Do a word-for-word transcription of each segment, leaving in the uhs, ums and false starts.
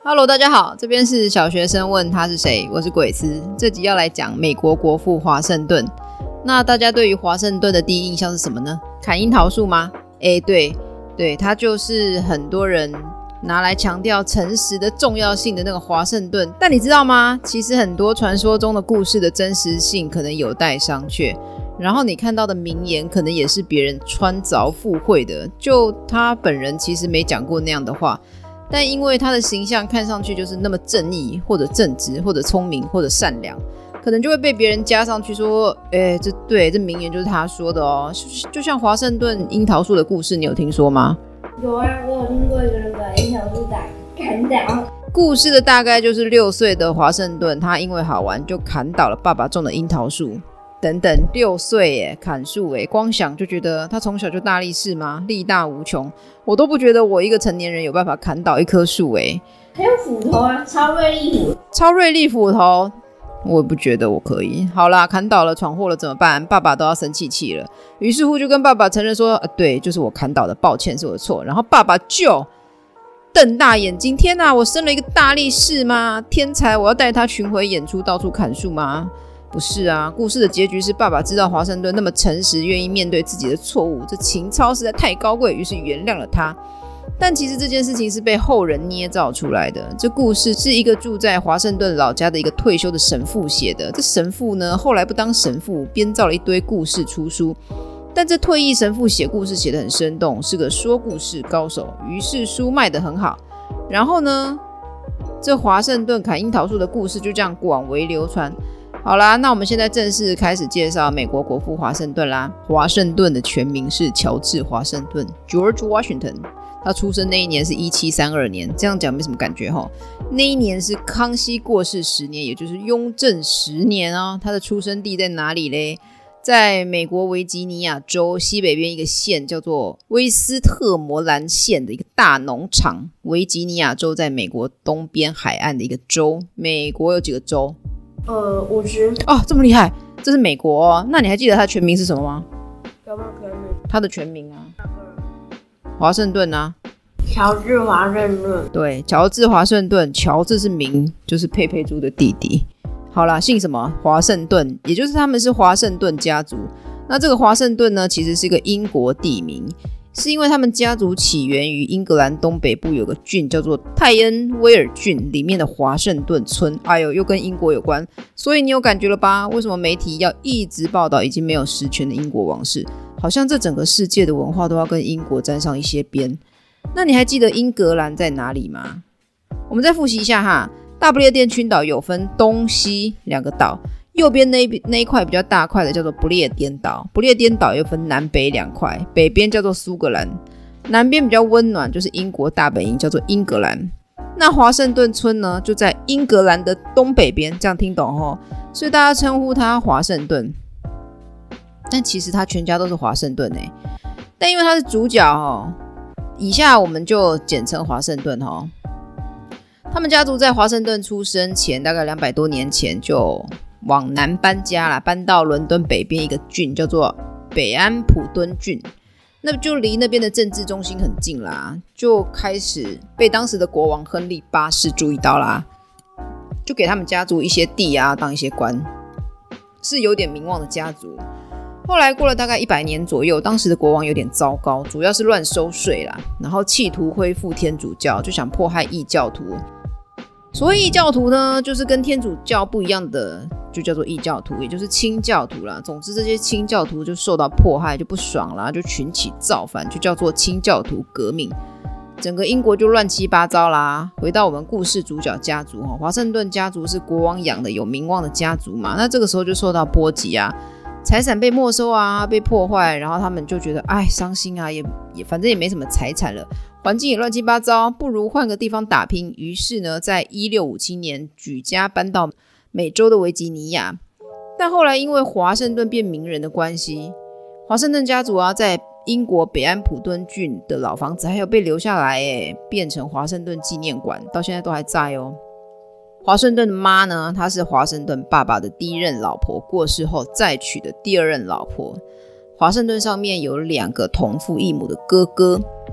Hello， 大家好，这边是小学生问他是谁，我是鬼斯。这集要来讲美国国父华盛顿。那大家对于华盛顿的第一印象是什么呢？砍樱桃树吗？诶，对对，他就是很多人拿来强调诚实的重要性的那个华盛顿。但你知道吗？其实很多传说中的故事的真实性可能有待商榷。然后你看到的名言可能也是别人穿凿附会的，就他本人其实没讲过那样的话。但因为他的形象看上去就是那么正义或者正直或者聪明或者善良，可能就会被别人加上去说，诶，这对这名言就是他说的哦。就像华盛顿樱桃树的故事，你有听说吗？ 有啊，我有听过一个人把樱桃树打砍倒。 故事的大概就是六岁的华盛顿，他因为好玩就砍倒了爸爸种的樱桃树。等等，六岁耶，砍树耶，光想就觉得他从小就大力士吗？力大无穷，我都不觉得我一个成年人有办法砍倒一棵树耶。 还有斧头啊，超锐利斧， 超锐利斧头，我也不觉得我可以。好啦，砍倒了，闯祸了怎么办？爸爸都要生气气了，于是乎就跟爸爸承认说，啊，对，就是我砍倒的，抱歉，是我的错。然后爸爸就瞪大眼睛，天哪，我生了一个大力士吗？天才，我要带他巡回演出，到处砍树吗？不是啊，故事的结局是爸爸知道华盛顿那么诚实，愿意面对自己的错误，这情操实在太高贵，于是原谅了他。但其实这件事情是被后人捏造出来的。这故事是一个住在华盛顿老家的一个退休的神父写的。这神父呢，后来不当神父，编造了一堆故事出书。但这退役神父写故事写得很生动，是个说故事高手，于是书卖得很好。然后呢，这华盛顿砍樱桃树的故事就这样广为流传。好啦，那我们现在正式开始介绍美国国父华盛顿啦。华盛顿的全名是乔治华盛顿 George Washington， 他出生那一年是一七三二年，这样讲没什么感觉齁。那一年是康熙过世十年，也就是雍正十年哦。他的出生地在哪里嘞？在美国维吉尼亚州西北边一个县叫做威斯特摩兰县的一个大农场。维吉尼亚州在美国东边海岸的一个州。美国有几个州？ 呃，五十哦，这么厉害！这是美国哦。那你还记得他的全名是什么吗？ 有没有全名？ 他的全名啊，华盛顿啊， 乔治华盛顿。 对，乔治华盛顿。乔治是名，就是佩佩猪的弟弟。好啦，姓什么？华盛顿，也就是他们是华盛顿家族。那这个华盛顿呢，其实是一个英国地名。是因为他们家族起源于英格兰东北部有个郡叫做泰恩威尔郡里面的华盛顿村，哎呦，又跟英国有关，所以你有感觉了吧？为什么媒体要一直报道已经没有实权的英国王室？好像这整个世界的文化都要跟英国沾上一些边。那你还记得英格兰在哪里吗？我们再复习一下哈，大不列颠群岛有分东西两个岛。右边 那, 那一块比较大块的叫做不列颠岛，不列颠岛又分南北两块，北边叫做苏格兰，南边比较温暖，就是英国大本营叫做英格兰。那华盛顿村呢，就在英格兰的东北边，这样听懂齁？所以大家称呼他华盛顿，但其实他全家都是华盛顿欸。但因为他是主角齁，以下我们就简称华盛顿齁。他们家族在华盛顿出生前，大概两百多年前就往南搬家啦，搬到伦敦北边一个郡叫做北安普敦郡，那就离那边的政治中心很近啦，就开始被当时的国王亨利八世注意到啦，就给他们家族一些地啊，当一些官，是有点名望的家族。后来过了大概一百年左右，当时的国王有点糟糕，主要是乱收税啦，然后企图恢复天主教，就想迫害异教徒。所谓异教徒呢，就是跟天主教不一样的，就叫做异教徒，也就是清教徒啦。总之这些清教徒就受到迫害，就不爽啦，就群起造反，就叫做清教徒革命。整个英国就乱七八糟啦。回到我们故事主角家族，华盛顿家族是国王养的有名望的家族嘛，那这个时候就受到波及啊，财产被没收啊，被破坏，然后他们就觉得哎伤心啊，也也反正也没什么财产了，环境也乱七八糟，不如换个地方打拼。于是呢，在一六五七年举家搬到美洲的维吉尼亚。但后来因为华盛顿变名人的关系，华盛顿家族啊，在英国北安普敦郡的老房子还有被留下来耶，变成华盛顿纪念馆，到现在都还在哦。华盛顿的妈呢，她是华盛顿爸爸的第一任老婆过世后再娶的第二任老婆。华盛顿上面有两个同父异母的哥哥，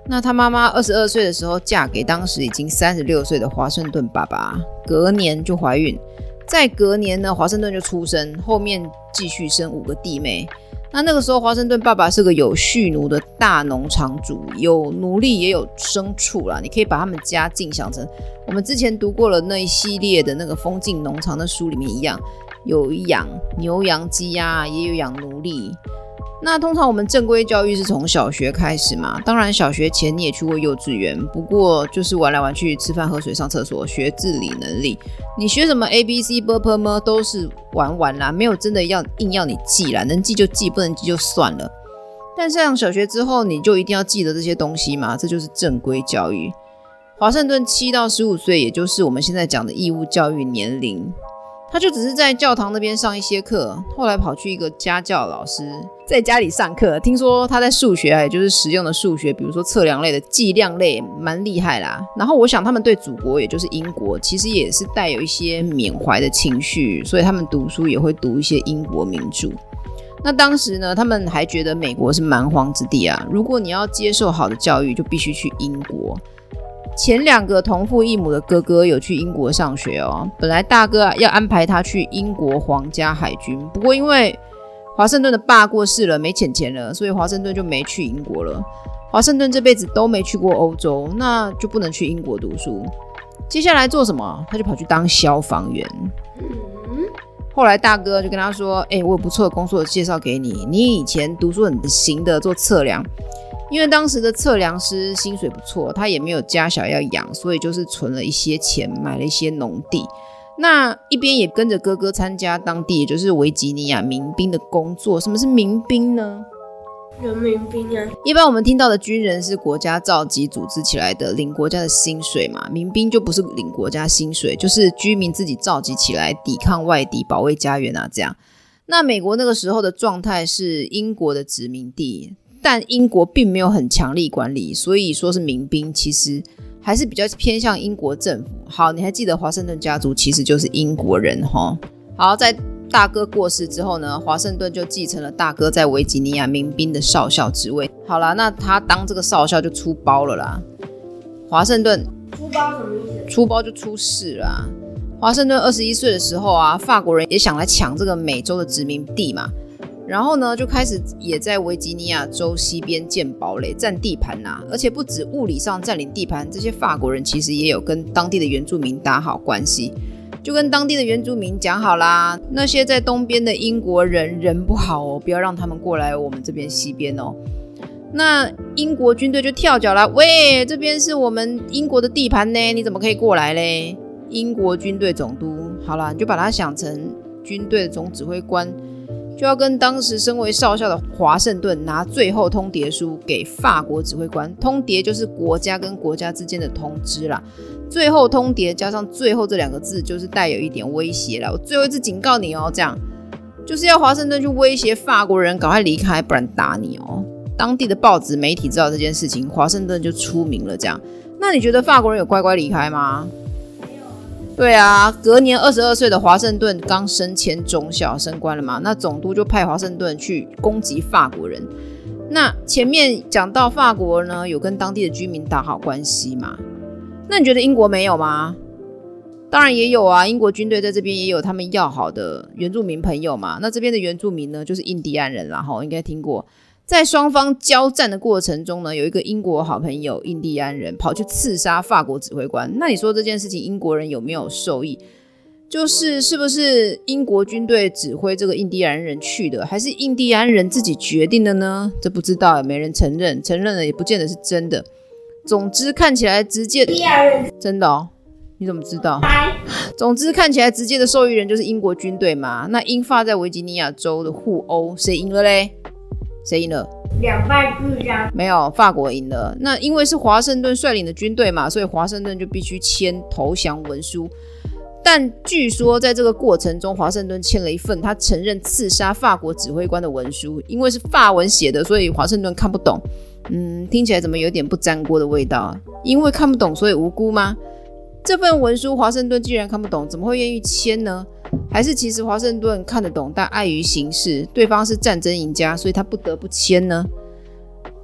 那他妈妈二十二岁的时候嫁给当时已经三十六岁的华盛顿爸爸，隔年就怀孕，再隔年呢，华盛顿就出生，后面继续生五个弟妹。那那个时候华盛顿爸爸是个有蓄奴的大农场主，有奴隶也有牲畜啦，你可以把他们家境想成我们之前读过了那一系列的那个风景农场的书里面一样，有养牛羊鸡鸭，也有养奴隶。那通常我们正规教育是从小学开始嘛，当然小学前你也去过幼稚园，不过就是玩来玩去，吃饭喝水上厕所，学自理能力。你学什么 A B C B P M 都是玩玩啦，没有真的要硬要你记啦，能记就记，不能记就算了。但上小学之后你就一定要记得这些东西嘛，这就是正规教育。华盛顿七到十五岁，也就是我们现在讲的义务教育年龄，他就只是在教堂那边上一些课，后来跑去一个家教老师在家里上课。听说他在数学啊，也就是实用的数学，比如说测量类的计量类蛮厉害啦。然后我想他们对祖国也就是英国其实也是带有一些缅怀的情绪，所以他们读书也会读一些英国名著。那当时呢，他们还觉得美国是蛮荒之地啊，如果你要接受好的教育就必须去英国。前两个同父异母的哥哥有去英国上学哦，本来大哥要安排他去英国皇家海军，不过因为华盛顿的爸过世了，没钱钱了，所以华盛顿就没去英国了。华盛顿这辈子都没去过欧洲，那就不能去英国读书。接下来做什么？他就跑去当消防员。后来大哥就跟他说，欸，我有不错的工作介绍给你，你以前读书很行的，做测量。因为当时的测量师薪水不错，他也没有家小要养，所以就是存了一些钱，买了一些农地。那一边也跟着哥哥参加当地也就是维吉尼亚民兵的工作。什么是民兵呢？ 人民兵啊。 一般我们听到的军人是国家召集组织起来的，领国家的薪水嘛。民兵就不是领国家薪水，就是居民自己召集起来抵抗外敌，保卫家园啊这样。那美国那个时候的状态是英国的殖民地，但英国并没有很强力管理，所以说是民兵其实还是比较偏向英国政府。好，你还记得华盛顿家族其实就是英国人齁。好，在大哥过世之后呢，华盛顿就继承了大哥在维吉尼亚民兵的少校职位。好啦，那他当这个少校就出包了啦。华盛顿出包什么意思？ 出包就出事啦。华盛顿二十一岁的时候啊，法国人也想来抢这个美洲的殖民地嘛。然后呢，就开始也在维吉尼亚州西边建堡垒、占地盘啊，而且不止物理上占领地盘，这些法国人其实也有跟当地的原住民打好关系，就跟当地的原住民讲好啦，那些在东边的英国人人不好哦，不要让他们过来我们这边西边哦。那英国军队就跳脚啦，喂，这边是我们英国的地盘呢，你怎么可以过来嘞？英国军队总督，好啦，你就把它想成军队的总指挥官。就要跟当时身为少校的华盛顿拿最后通牒书给法国指挥官。通牒就是国家跟国家之间的通知啦，最后通牒加上最后这两个字就是带有一点威胁啦，我最后一次警告你哦，这样就是要华盛顿去威胁法国人赶快离开，不然打你哦。当地的报纸媒体知道这件事情，华盛顿就出名了这样。那你觉得法国人有乖乖离开吗？对啊，隔年二十二岁的华盛顿刚升迁中校，升官了嘛，那总督就派华盛顿去攻击法国人。那前面讲到法国呢有跟当地的居民打好关系嘛，那你觉得英国没有吗？当然也有啊，英国军队在这边也有他们要好的原住民朋友嘛。那这边的原住民呢就是印第安人啦，应该听过。在双方交战的过程中呢，有一个英国好朋友印第安人跑去刺杀法国指挥官。那你说这件事情英国人有没有受益？就是是不是英国军队指挥这个印第安人去的，还是印第安人自己决定的呢？这不知道，也没人承认，承认了也不见得是真的。总之看起来直接真的哦，你怎么知道？总之看起来直接的受益人就是英国军队嘛。那英法在维吉尼亚州的互殴，谁赢了嘞？谁赢了？ 两败俱伤。 没有，法国赢了。那因为是华盛顿率领的军队嘛，所以华盛顿就必须签投降文书。但据说在这个过程中，华盛顿签了一份他承认刺杀法国指挥官的文书，因为是法文写的，所以华盛顿看不懂。嗯，听起来怎么有点不沾锅的味道啊？因为看不懂，所以无辜吗？这份文书华盛顿既然看不懂，怎么会愿意签呢？还是其实华盛顿看得懂，但碍于形势，对方是战争赢家，所以他不得不签呢？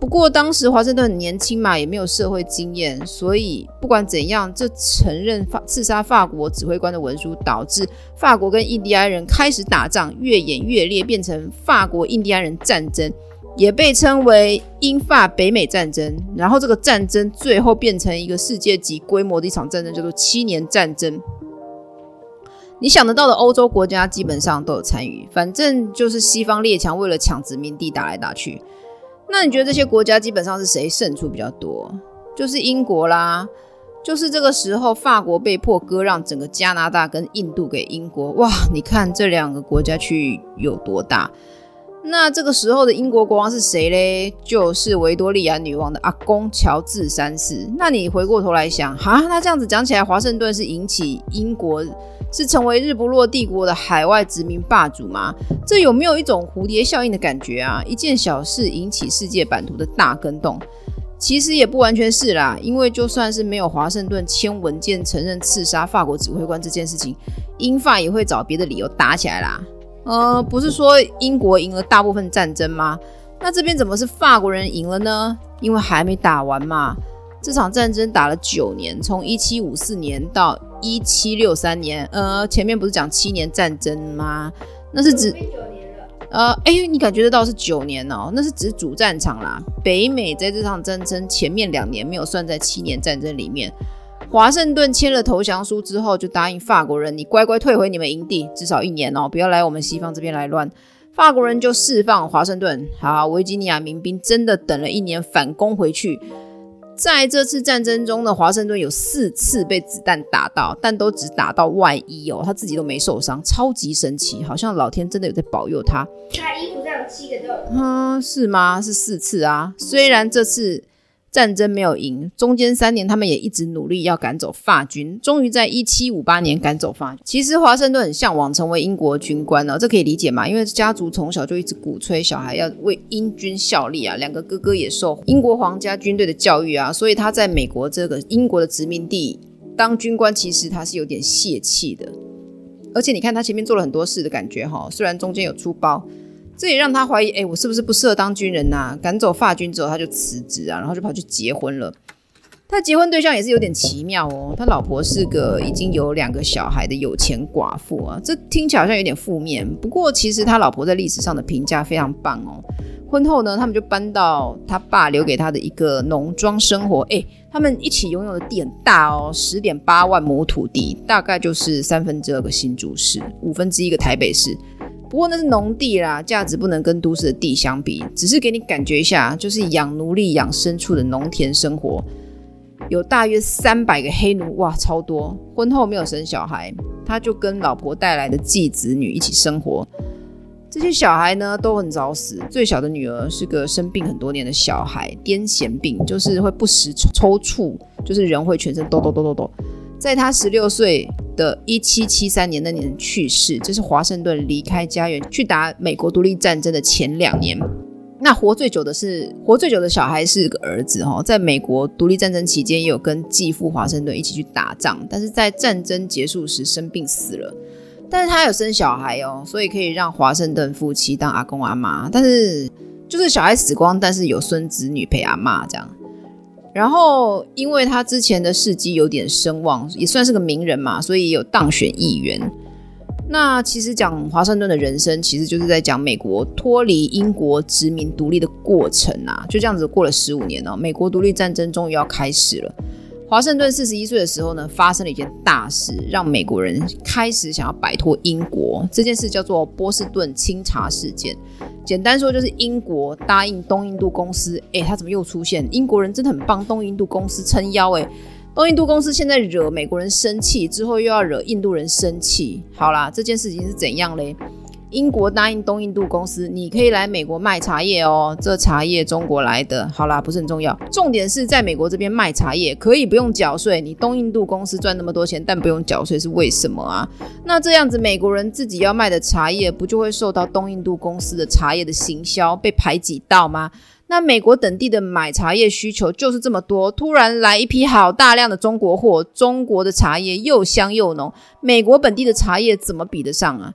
不过当时华盛顿很年轻嘛，也没有社会经验，所以不管怎样，这承认刺杀法国指挥官的文书导致法国跟印第安人开始打仗，越演越烈，变成法国印第安人战争，也被称为英法北美战争。然后这个战争最后变成一个世界级规模的一场战争，叫做七年战争。你想得到的欧洲国家基本上都有参与，反正就是西方列强为了抢殖民地打来打去。那你觉得这些国家基本上是谁胜出比较多？就是英国啦，就是这个时候法国被迫割让整个加拿大跟印度给英国。哇，你看这两个国家区域有多大。那这个时候的英国国王是谁嘞？就是维多利亚女王的阿公乔治三世。那你回过头来想，哈，那这样子讲起来，华盛顿是引起英国是成为日不落帝国的海外殖民霸主吗？这有没有一种蝴蝶效应的感觉啊？一件小事引起世界版图的大更动。其实也不完全是啦，因为就算是没有华盛顿签文件承认刺杀法国指挥官这件事情，英法也会找别的理由打起来啦。呃，不是说英国赢了大部分战争吗？那这边怎么是法国人赢了呢？因为还没打完嘛。这场战争打了九年，从一七五四年到一七六三年。呃，前面不是讲七年战争吗？那是指呃，哎，你感觉得到是九年哦，那是指主战场啦。北美在这场战争前面两年没有算在七年战争里面。华盛顿签了投降书之后，就答应法国人，你乖乖退回你们营地，至少一年哦，不要来我们西方这边来乱。法国人就释放华盛顿，好，维吉尼亚民兵真的等了一年反攻回去。在这次战争中呢，华盛顿有四次被子弹打到，但都只打到外衣哦，他自己都没受伤，超级神奇，好像老天真的有在保佑他。 他衣服上有七个洞。 嗯，是吗？是四次啊。虽然这次战争没有赢，中间三年他们也一直努力要赶走法军，终于在一七五八年赶走法军。其实华盛顿很向往成为英国军官哦，这可以理解嘛，因为家族从小就一直鼓吹小孩要为英军效力啊，两个哥哥也受英国皇家军队的教育啊，所以他在美国这个英国的殖民地当军官，其实他是有点泄气的。而且你看他前面做了很多事的感觉齁，虽然中间有出包，这也让他怀疑，哎，我是不是不适合当军人啊？赶走法军之后，他就辞职啊，然后就跑去结婚了。他结婚对象也是有点奇妙哦，他老婆是个已经有两个小孩的有钱寡妇啊，这听起来好像有点负面。不过其实他老婆在历史上的评价非常棒哦。婚后呢，他们就搬到他爸留给他的一个农庄生活。哎，他们一起拥有的地很大哦， 十点八万亩土地，大概就是三分之二个新竹市，五分之一个台北市。不过那是农地啦，价值不能跟都市的地相比，只是给你感觉一下，就是养奴隶养牲畜的农田生活。有大约三百个黑奴，哇，超多。婚后没有生小孩，他就跟老婆带来的继子女一起生活。这些小孩呢都很早死，最小的女儿是个生病很多年的小孩，癫痫病，就是会不时抽搐，就是人会全身抖抖抖抖抖。在他十六岁的一七七三年那年去世，这是华盛顿离开家园去打美国独立战争的前两年。那活最久的是活最久的小孩是个儿子齁，在美国独立战争期间也有跟继父华盛顿一起去打仗，但是在战争结束时生病死了。但是他有生小孩哦，所以可以让华盛顿夫妻当阿公阿妈，但是就是小孩死光，但是有孙子女陪阿妈这样。然后因为他之前的事迹有点声望，也算是个名人嘛，所以也有当选议员。那其实讲华盛顿的人生，其实就是在讲美国脱离英国殖民独立的过程啊，就这样子过了十五年哦，美国独立战争终于要开始了。华盛顿四十一岁的时候呢，发生了一件大事，让美国人开始想要摆脱英国。这件事叫做波士顿清查事件。简单说就是英国答应东印度公司，哎，他怎么又出现？英国人真的很帮东印度公司撑腰哎。东印度公司现在惹美国人生气，之后又要惹印度人生气。好啦，这件事情是怎样嘞？英国答应东印度公司，你可以来美国卖茶叶哦，这茶叶中国来的。好啦，不是很重要，重点是在美国这边卖茶叶可以不用缴税，你东印度公司赚那么多钱但不用缴税是为什么啊？那这样子美国人自己要卖的茶叶不就会受到东印度公司的茶叶的行销被排挤到吗？那美国等地的买茶叶需求就是这么多，突然来一批好大量的中国货，中国的茶叶又香又浓，美国本地的茶叶怎么比得上啊？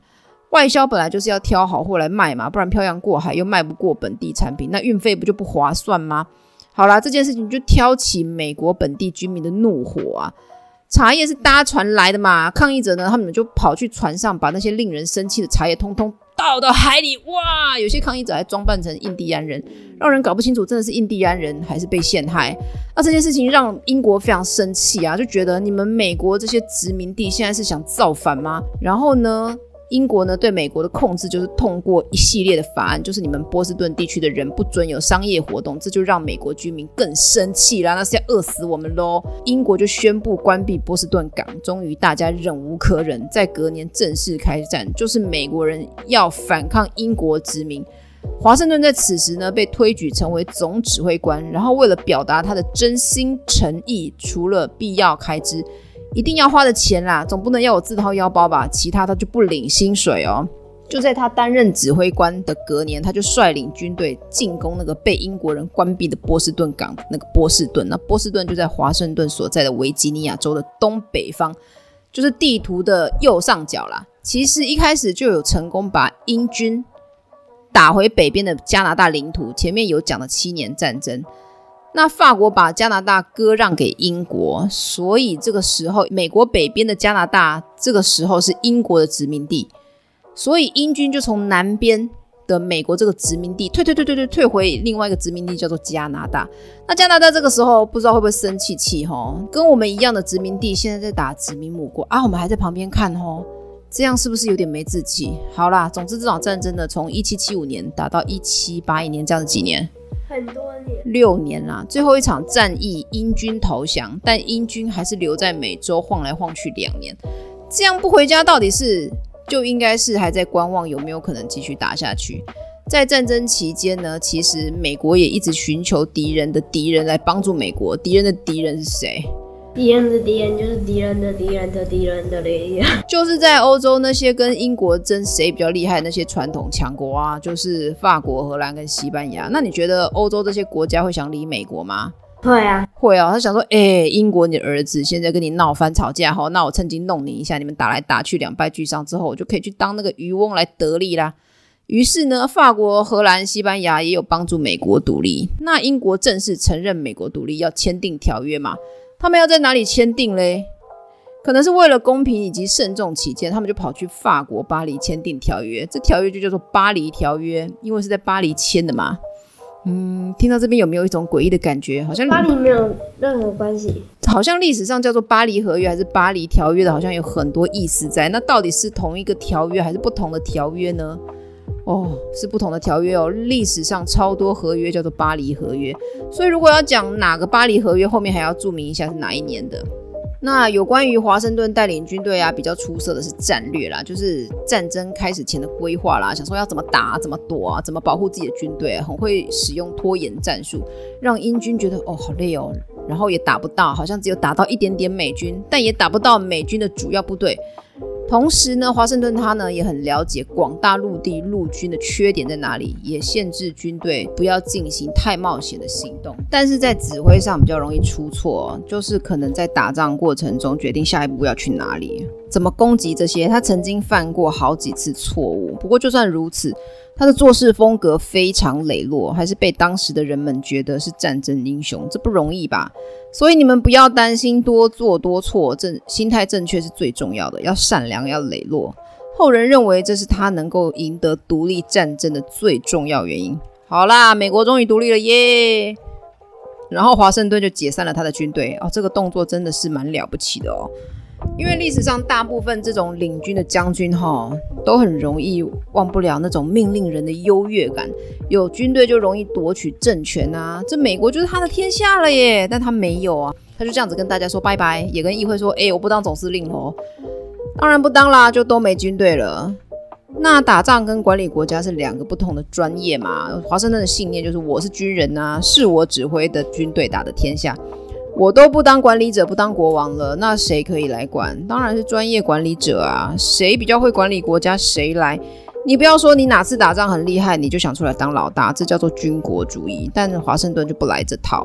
外销本来就是要挑好货来卖嘛，不然漂洋过海又卖不过本地产品，那运费不就不划算吗？好啦，这件事情就挑起美国本地居民的怒火啊。茶叶是搭船来的嘛，抗议者呢，他们就跑去船上把那些令人生气的茶叶通通倒到海里。哇，有些抗议者还装扮成印第安人，让人搞不清楚真的是印第安人还是被陷害。那这件事情让英国非常生气啊，就觉得你们美国这些殖民地现在是想造反吗？然后呢，英国呢对美国的控制就是通过一系列的法案，就是你们波士顿地区的人不准有商业活动，这就让美国居民更生气啦，那是要饿死我们咯。英国就宣布关闭波士顿港，终于大家忍无可忍，在隔年正式开战，就是美国人要反抗英国殖民。华盛顿在此时呢被推举成为总指挥官，然后为了表达他的真心诚意，除了必要开支一定要花的钱啦，总不能要我自掏腰包吧，其他他就不领薪水哦。就在他担任指挥官的隔年，他就率领军队进攻那个被英国人关闭的波士顿港，那个波士顿，那波士顿就在华盛顿所在的维吉尼亚州的东北方，就是地图的右上角啦。其实一开始就有成功把英军打回北边的加拿大领土，前面有讲的七年战争。那法国把加拿大割让给英国，所以这个时候美国北边的加拿大这个时候是英国的殖民地，所以英军就从南边的美国这个殖民地退退退退退退回另外一个殖民地叫做加拿大。那加拿大这个时候不知道会不会生气气齁，跟我们一样的殖民地现在在打殖民母国啊，我们还在旁边看齁，这样是不是有点没志气？好啦，总之这场战争呢，从一七七五年打到一七八一年，这样是几年？ 很多年， 六年啦。最后一场战役，英军投降，但英军还是留在美洲晃来晃去两年。这样不回家，到底是就应该是还在观望有没有可能继续打下去。在战争期间呢，其实美国也一直寻求敌人的敌人来帮助美国。敌人的敌人是谁？ 敌人的敌人就是敌人的敌人的敌人的敌人， 就是在欧洲那些跟英国争谁比较厉害的那些传统强国啊，就是法国、荷兰跟西班牙。那你觉得欧洲这些国家会想理美国吗？ 会啊， 会啊。他想说，哎、欸，英国你的儿子现在跟你闹翻吵架，好，那我趁机弄你一下，你们打来打去，两败俱伤之后，我就可以去当那个渔翁来得利啦。于是呢，法国、荷兰、西班牙也有帮助美国独立。那英国正式承认美国独立，要签订条约嘛。他们要在哪里签订嘞？可能是为了公平以及慎重起见，他们就跑去法国巴黎签订条约。这条约就叫做巴黎条约，因为是在巴黎签的嘛。嗯，听到这边有没有一种诡异的感觉？好像巴黎没有任何关系， 好像历史上叫做巴黎合约还是巴黎条约的，好像有很多意思在。那到底是同一个条约还是不同的条约呢？哦，是不同的条约哦。历史上超多合约叫做巴黎合约，所以如果要讲哪个巴黎合约，后面还要注明一下是哪一年的。那有关于华盛顿带领军队啊，比较出色的是战略啦，就是战争开始前的规划啦，想说要怎么打、怎么躲啊、怎么保护自己的军队，很会使用拖延战术，让英军觉得哦好累哦，然后也打不到，好像只有打到一点点美军，但也打不到美军的主要部队。同时呢，华盛顿他呢也很了解广大陆地陆军的缺点在哪里，也限制军队不要进行太冒险的行动。但是在指挥上比较容易出错，就是可能在打仗过程中决定下一步要去哪里、怎么攻击这些，他曾经犯过好几次错误。不过就算如此，他的做事风格非常磊落，还是被当时的人们觉得是战争英雄，这不容易吧？所以你们不要担心多做多错，正心态正确是最重要的，要善良，要磊落。后人认为这是他能够赢得独立战争的最重要原因。好啦，美国终于独立了耶！然后华盛顿就解散了他的军队哦，这个动作真的是蛮了不起的哦。因为历史上大部分这种领军的将军齁，都很容易忘不了那种命令人的优越感，有军队就容易夺取政权啊，这美国就是他的天下了耶，但他没有啊，他就这样子跟大家说拜拜，也跟议会说，哎，我不当总司令咯，当然不当啦，就都没军队了。那打仗跟管理国家是两个不同的专业嘛，华盛顿的信念就是我是军人啊，是我指挥的军队打的天下，我都不当管理者不当国王了，那谁可以来管？当然是专业管理者啊，谁比较会管理国家谁来。你不要说你哪次打仗很厉害你就想出来当老大，这叫做军国主义，但华盛顿就不来这套。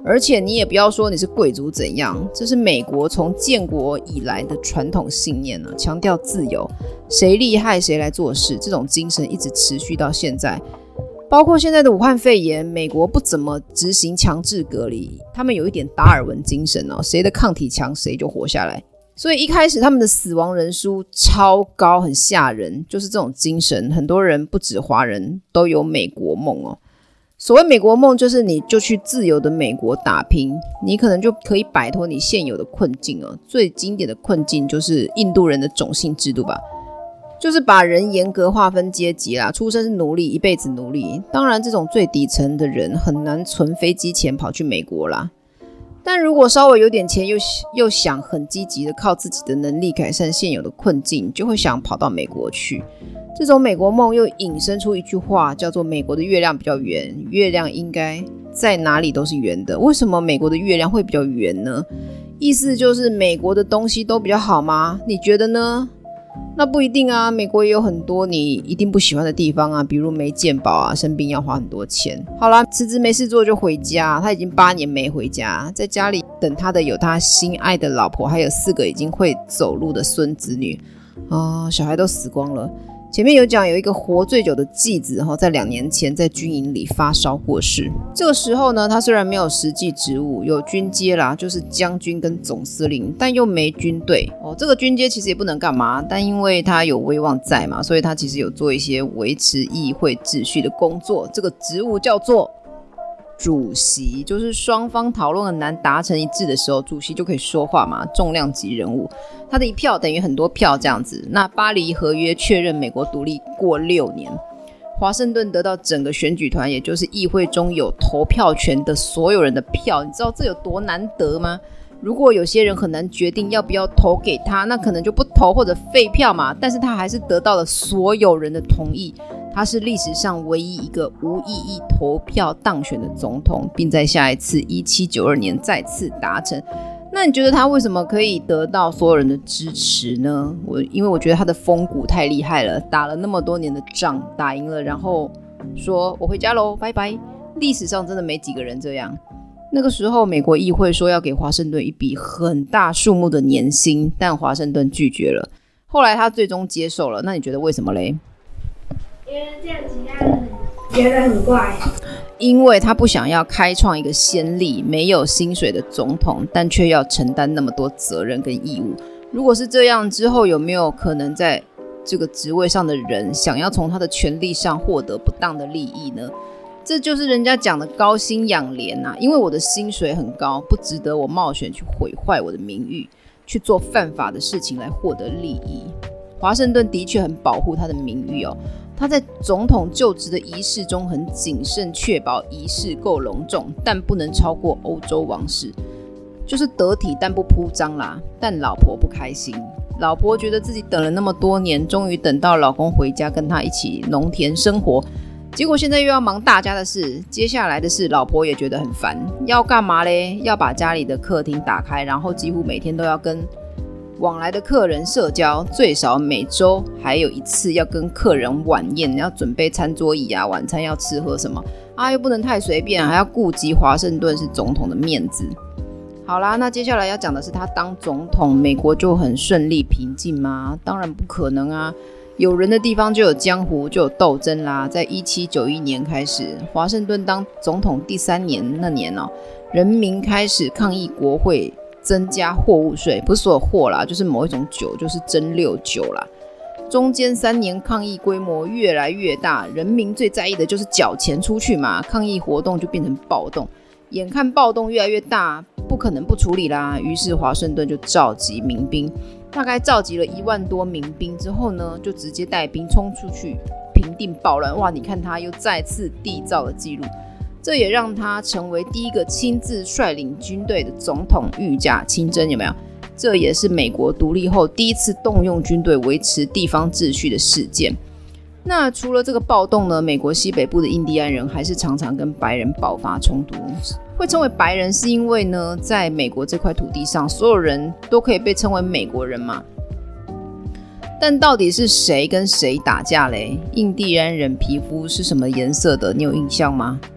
而且你也不要说你是贵族怎样，这是美国从建国以来的传统信念啊，强调自由，谁厉害谁来做事，这种精神一直持续到现在。包括现在的武汉肺炎，美国不怎么执行强制隔离，他们有一点达尔文精神哦，谁的抗体强谁就活下来。所以一开始他们的死亡人数超高，很吓人，就是这种精神，很多人不止华人都有美国梦哦。所谓美国梦，就是你就去自由的美国打拼，你可能就可以摆脱你现有的困境哦。最经典的困境就是印度人的种姓制度吧，就是把人严格划分阶级啦，出生是奴隶，一辈子奴隶。当然这种最底层的人很难存飞机钱跑去美国啦，但如果稍微有点钱，又又想很积极的靠自己的能力改善现有的困境，就会想跑到美国去。这种美国梦又引申出一句话，叫做美国的月亮比较圆，月亮应该在哪里都是圆的。为什么美国的月亮会比较圆呢？意思就是美国的东西都比较好吗？你觉得呢？那不一定啊，美国也有很多你一定不喜欢的地方啊，比如没健保啊，生病要花很多钱。好啦，辞职没事做就回家，他已经八年没回家，在家里等他的有他心爱的老婆，还有四个已经会走路的孙子女啊、呃，小孩都死光了。前面有讲有一个活最久的继子在两年前在军营里发烧过世。这个时候呢，他虽然没有实际职务，有军阶啦，就是将军跟总司令，但又没军队哦。这个军阶其实也不能干嘛，但因为他有威望在嘛，所以他其实有做一些维持议会秩序的工作。这个职务叫做主席，就是双方讨论很难达成一致的时候，主席就可以说话嘛，重量级人物，他的一票等于很多票这样子。那巴黎和约确认美国独立过六年，华盛顿得到整个选举团，也就是议会中有投票权的所有人的票，你知道这有多难得吗？如果有些人很难决定要不要投给他，那可能就不投或者废票嘛，但是他还是得到了所有人的同意，他是历史上唯一一个无异议投票当选的总统，并在下一次一七九二年再次达成。那你觉得他为什么可以得到所有人的支持呢？我因为我觉得他的风骨太厉害了，打了那么多年的仗，打赢了，然后说我回家咯，拜拜。历史上真的没几个人这样。那个时候美国议会说要给华盛顿一笔很大数目的年薪，但华盛顿拒绝了。后来他最终接受了，那你觉得为什么嘞？ 因为这样其他人觉得很怪。 因为他不想要开创一个先例，没有薪水的总统，但却要承担那么多责任跟义务。如果是这样，之后有没有可能在这个职位上的人想要从他的权力上获得不当的利益呢？这就是人家讲的高薪养廉啊，因为我的薪水很高，不值得我冒险去毁坏我的名誉，去做犯法的事情来获得利益。华盛顿的确很保护他的名誉哦，他在总统就职的仪式中很谨慎，确保仪式够隆重，但不能超过欧洲王室，就是得体但不铺张啦。但老婆不开心，老婆觉得自己等了那么多年，终于等到老公回家跟他一起农田生活，结果现在又要忙大家的事，接下来的事老婆也觉得很烦，要干嘛嘞？要把家里的客厅打开，然后几乎每天都要跟往来的客人社交，最少每周还有一次要跟客人晚宴，要准备餐桌椅啊，晚餐要吃喝什么啊，又不能太随便，还要顾及华盛顿是总统的面子。好啦，那接下来要讲的是他当总统，美国就很顺利平静吗？当然不可能啊。有人的地方就有江湖，就有斗争啦。在一七九一年开始，华盛顿当总统第三年那年哦，人民开始抗议国会增加货物税，不是所有货啦，就是某一种酒，就是蒸馏酒啦。中间三年抗议规模越来越大，人民最在意的就是缴钱出去嘛，抗议活动就变成暴动。眼看暴动越来越大，不可能不处理啦，于是华盛顿就召集民兵。大概召集了一万多民兵之后呢，就直接带兵冲出去平定暴乱。哇，你看他又再次缔造了纪录，这也让他成为第一个亲自率领军队的总统，御驾亲征，有没有？这也是美国独立后第一次动用军队维持地方秩序的事件。那除了这个暴动呢，美国西北部的印第安人还是常常跟白人爆发冲突。会称为白人是因为呢，在美国这块土地上，所有人都可以被称为美国人嘛。但到底是谁跟谁打架嘞？印第安人皮肤是什么颜色的？你有印象吗？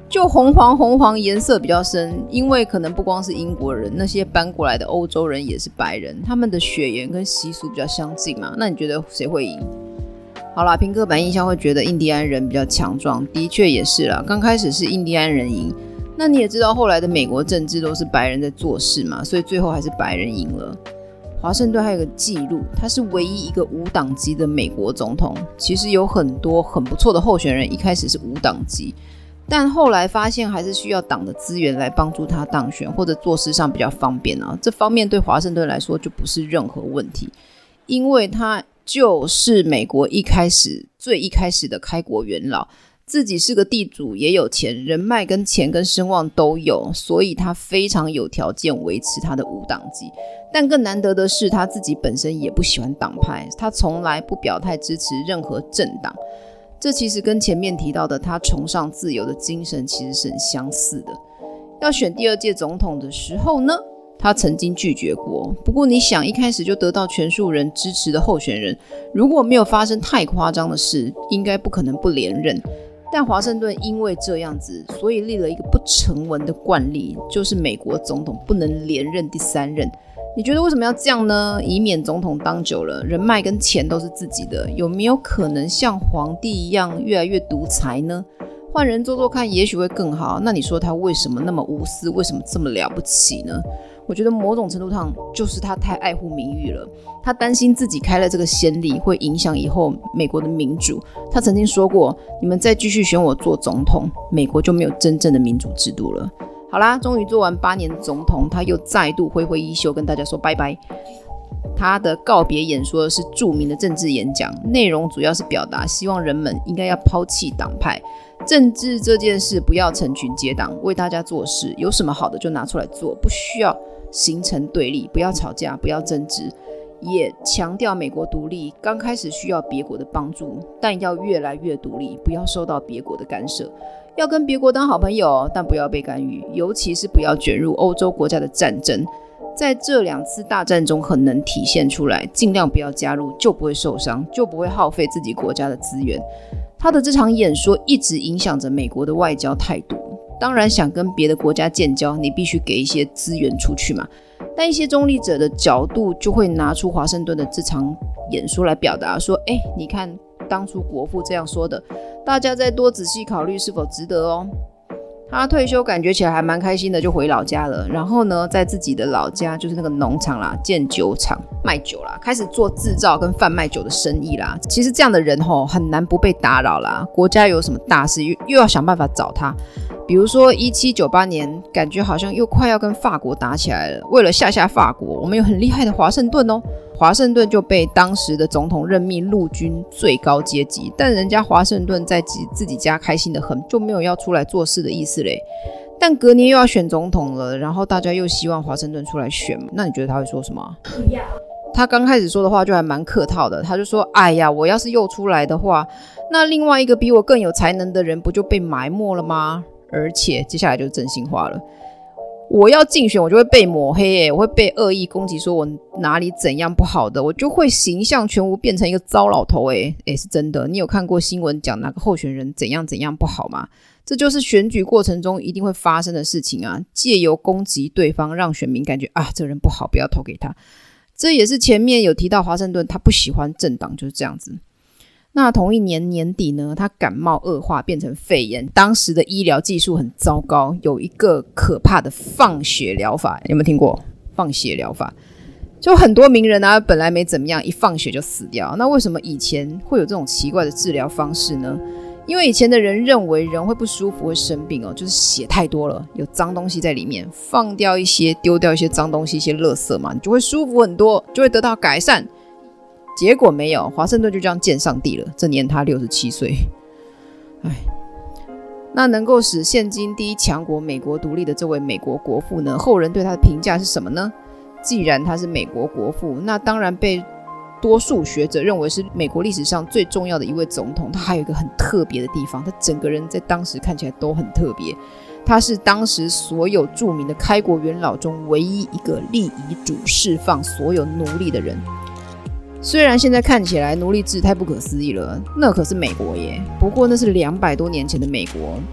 就红黄红黄颜色比较深，因为可能不光是英国人，那些搬过来的欧洲人也是白人，他们的血缘跟习俗比较相近嘛。那你觉得谁会赢？好啦，凭刻板印象会觉得印第安人比较强壮，的确也是啦。刚开始是印第安人赢，那你也知道后来的美国政治都是白人在做事嘛，所以最后还是白人赢了。华盛顿还有一个记录，他是唯一一个无党籍的美国总统。其实有很多很不错的候选人一开始是无党籍，但后来发现还是需要党的资源来帮助他当选，或者做事上比较方便啊。这方面对华盛顿来说就不是任何问题，因为他就是美国一开始最一开始的开国元老，自己是个地主，也有钱，人脉跟钱跟声望都有，所以他非常有条件维持他的无党籍。但更难得的是，他自己本身也不喜欢党派，他从来不表态支持任何政党。这其实跟前面提到的他崇尚自由的精神其实是很相似的。要选第二届总统的时候呢，他曾经拒绝过。不过你想，一开始就得到全数人支持的候选人，如果没有发生太夸张的事，应该不可能不连任。但华盛顿因为这样子，所以立了一个不成文的惯例，就是美国总统不能连任第三任。你觉得为什么要这样呢？以免总统当久了，人脉跟钱都是自己的，有没有可能像皇帝一样越来越独裁呢？换人做做看，也许会更好。那你说他为什么那么无私，为什么这么了不起呢？我觉得某种程度上就是他太爱护名誉了，他担心自己开了这个先例会影响以后美国的民主。他曾经说过，你们再继续选我做总统，美国就没有真正的民主制度了。好啦，终于做完八年的总统，他又再度挥挥衣袖跟大家说拜拜。他的告别演说是著名的政治演讲，内容主要是表达希望人们应该要抛弃党派，政治这件事不要成群结党，为大家做事，有什么好的就拿出来做，不需要形成对立，不要吵架，不要争执。也强调美国独立刚开始需要别国的帮助，但要越来越独立，不要受到别国的干涉，要跟别国当好朋友，但不要被干预，尤其是不要卷入欧洲国家的战争。在这两次大战中很能体现出来，尽量不要加入，就不会受伤，就不会耗费自己国家的资源。他的这场演说一直影响着美国的外交态度。当然想跟别的国家建交，你必须给一些资源出去嘛。但一些中立者的角度就会拿出华盛顿的这场演说来表达说，哎，你看当初国父这样说的，大家再多仔细考虑是否值得哦。他退休感觉起来还蛮开心的，就回老家了。然后呢，在自己的老家就是那个农场啦，建酒厂卖酒啦，开始做制造跟贩卖酒的生意啦。其实这样的人吼很难不被打扰啦，国家有什么大事 又, 又要想办法找他。比如说一七九八年，感觉好像又快要跟法国打起来了。为了吓吓法国，我们有很厉害的华盛顿哦。华盛顿就被当时的总统任命陆军最高阶级，但人家华盛顿在自己家开心的很，就没有要出来做事的意思嘞。但隔年又要选总统了，然后大家又希望华盛顿出来选，那你觉得他会说什么？ 不要。 他刚开始说的话就还蛮客套的，他就说，哎呀，我要是又出来的话，那另外一个比我更有才能的人不就被埋没了吗？而且接下来就是真心话了，我要竞选我就会被抹黑耶，我会被恶意攻击说我哪里怎样不好的，我就会形象全无，变成一个糟老头耶。诶，是真的。你有看过新闻讲哪个候选人怎样怎样不好吗？这就是选举过程中一定会发生的事情啊，借由攻击对方让选民感觉啊这人不好，不要投给他。这也是前面有提到华盛顿他不喜欢政党，就是这样子。那同一年年底呢，他感冒恶化变成肺炎，当时的医疗技术很糟糕，有一个可怕的放血疗法，有没有听过放血疗法？就很多名人啊本来没怎么样，一放血就死掉。那为什么以前会有这种奇怪的治疗方式呢？因为以前的人认为人会不舒服会生病哦，就是血太多了，有脏东西在里面，放掉一些丢掉一些脏东西一些垃圾嘛，你就会舒服很多，就会得到改善。结果没有，华盛顿就这样见上帝了。这年他六十七岁，哎，那能够使现今第一强国美国独立的这位美国国父呢，后人对他的评价是什么呢？既然他是美国国父，那当然被多数学者认为是美国历史上最重要的一位总统。他还有一个很特别的地方，他整个人在当时看起来都很特别。他是当时所有著名的开国元老中唯一一个立遗嘱释放所有奴隶的人。虽然现在看起来奴隶制太不可思议了，那可是美国耶。不过那是两百多年前的美国，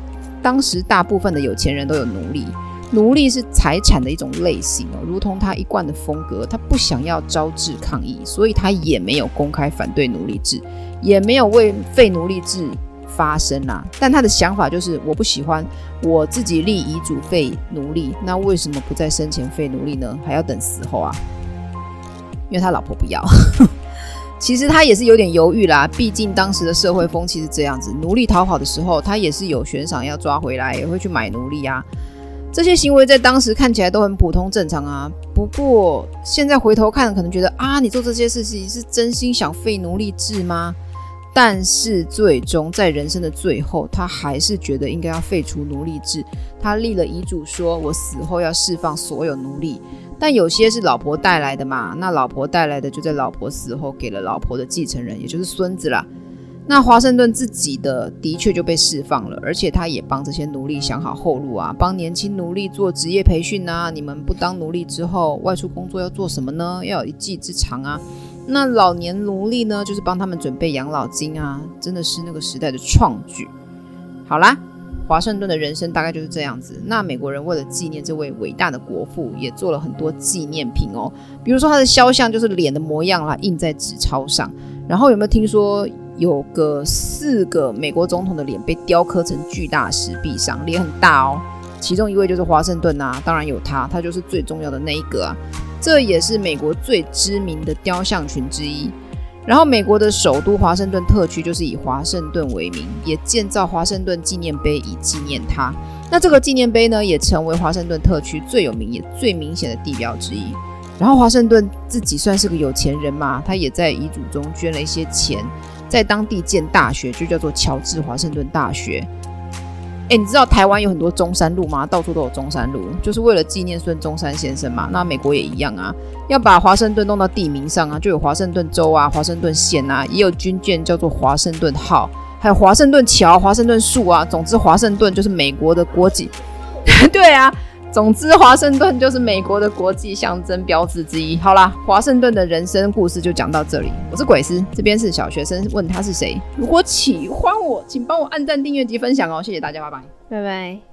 当时大部分的有钱人都有奴隶，奴隶是财产的一种类型哦，如同他一贯的风格，他不想要招致抗议，所以他也没有公开反对奴隶制，也没有为废奴隶制发声啦。但他的想法就是我不喜欢，我自己立遗嘱废奴隶，那为什么不在生前废奴隶呢？还要等死后啊？因为他老婆不要。其实他也是有点犹豫啦，毕竟当时的社会风气是这样子，奴隶逃跑的时候，他也是有悬赏要抓回来，也会去买奴隶啊。这些行为在当时看起来都很普通正常啊。不过现在回头看，可能觉得啊，你做这些事情是真心想废奴隶制吗？但是最终在人生的最后，他还是觉得应该要废除奴隶制。他立了遗嘱说，我死后要释放所有奴隶。但有些是老婆带来的嘛，那老婆带来的就在老婆死后给了老婆的继承人，也就是孙子啦。那华盛顿自己的的确就被释放了，而且他也帮这些奴隶想好后路啊，帮年轻奴隶做职业培训啊，你们不当奴隶之后外出工作要做什么呢？要有一技之长啊。那老年奴隶呢，就是帮他们准备养老金啊，真的是那个时代的创举。好啦，华盛顿的人生大概就是这样子。那美国人为了纪念这位伟大的国父，也做了很多纪念品哦，比如说他的肖像就是脸的模样啦，印在纸钞上。然后有没有听说有个四个美国总统的脸被雕刻成巨大石壁上，脸很大哦。其中一位就是华盛顿啊，当然有他，他就是最重要的那一个啊。这也是美国最知名的雕像群之一。然后美国的首都华盛顿特区就是以华盛顿为名，也建造华盛顿纪念碑以纪念他。那这个纪念碑呢，也成为华盛顿特区最有名也最明显的地标之一。然后华盛顿自己算是个有钱人嘛，他也在遗嘱中捐了一些钱，在当地建大学，就叫做乔治华盛顿大学。哎，你知道台湾有很多中山路吗？到处都有中山路，就是为了纪念孙中山先生嘛。那美国也一样啊，要把华盛顿弄到地名上啊，就有华盛顿州啊、华盛顿县啊，也有军舰叫做华盛顿号，还有华盛顿桥、华盛顿树啊。总之，华盛顿就是美国的国际，对啊。总之，华盛顿就是美国的国际象征标志之一。好啦，华盛顿的人生故事就讲到这里。我是鬼师，这边是小学生问他是谁。如果喜欢我，请帮我按赞、订阅及分享哦，谢谢大家，拜拜， 拜拜。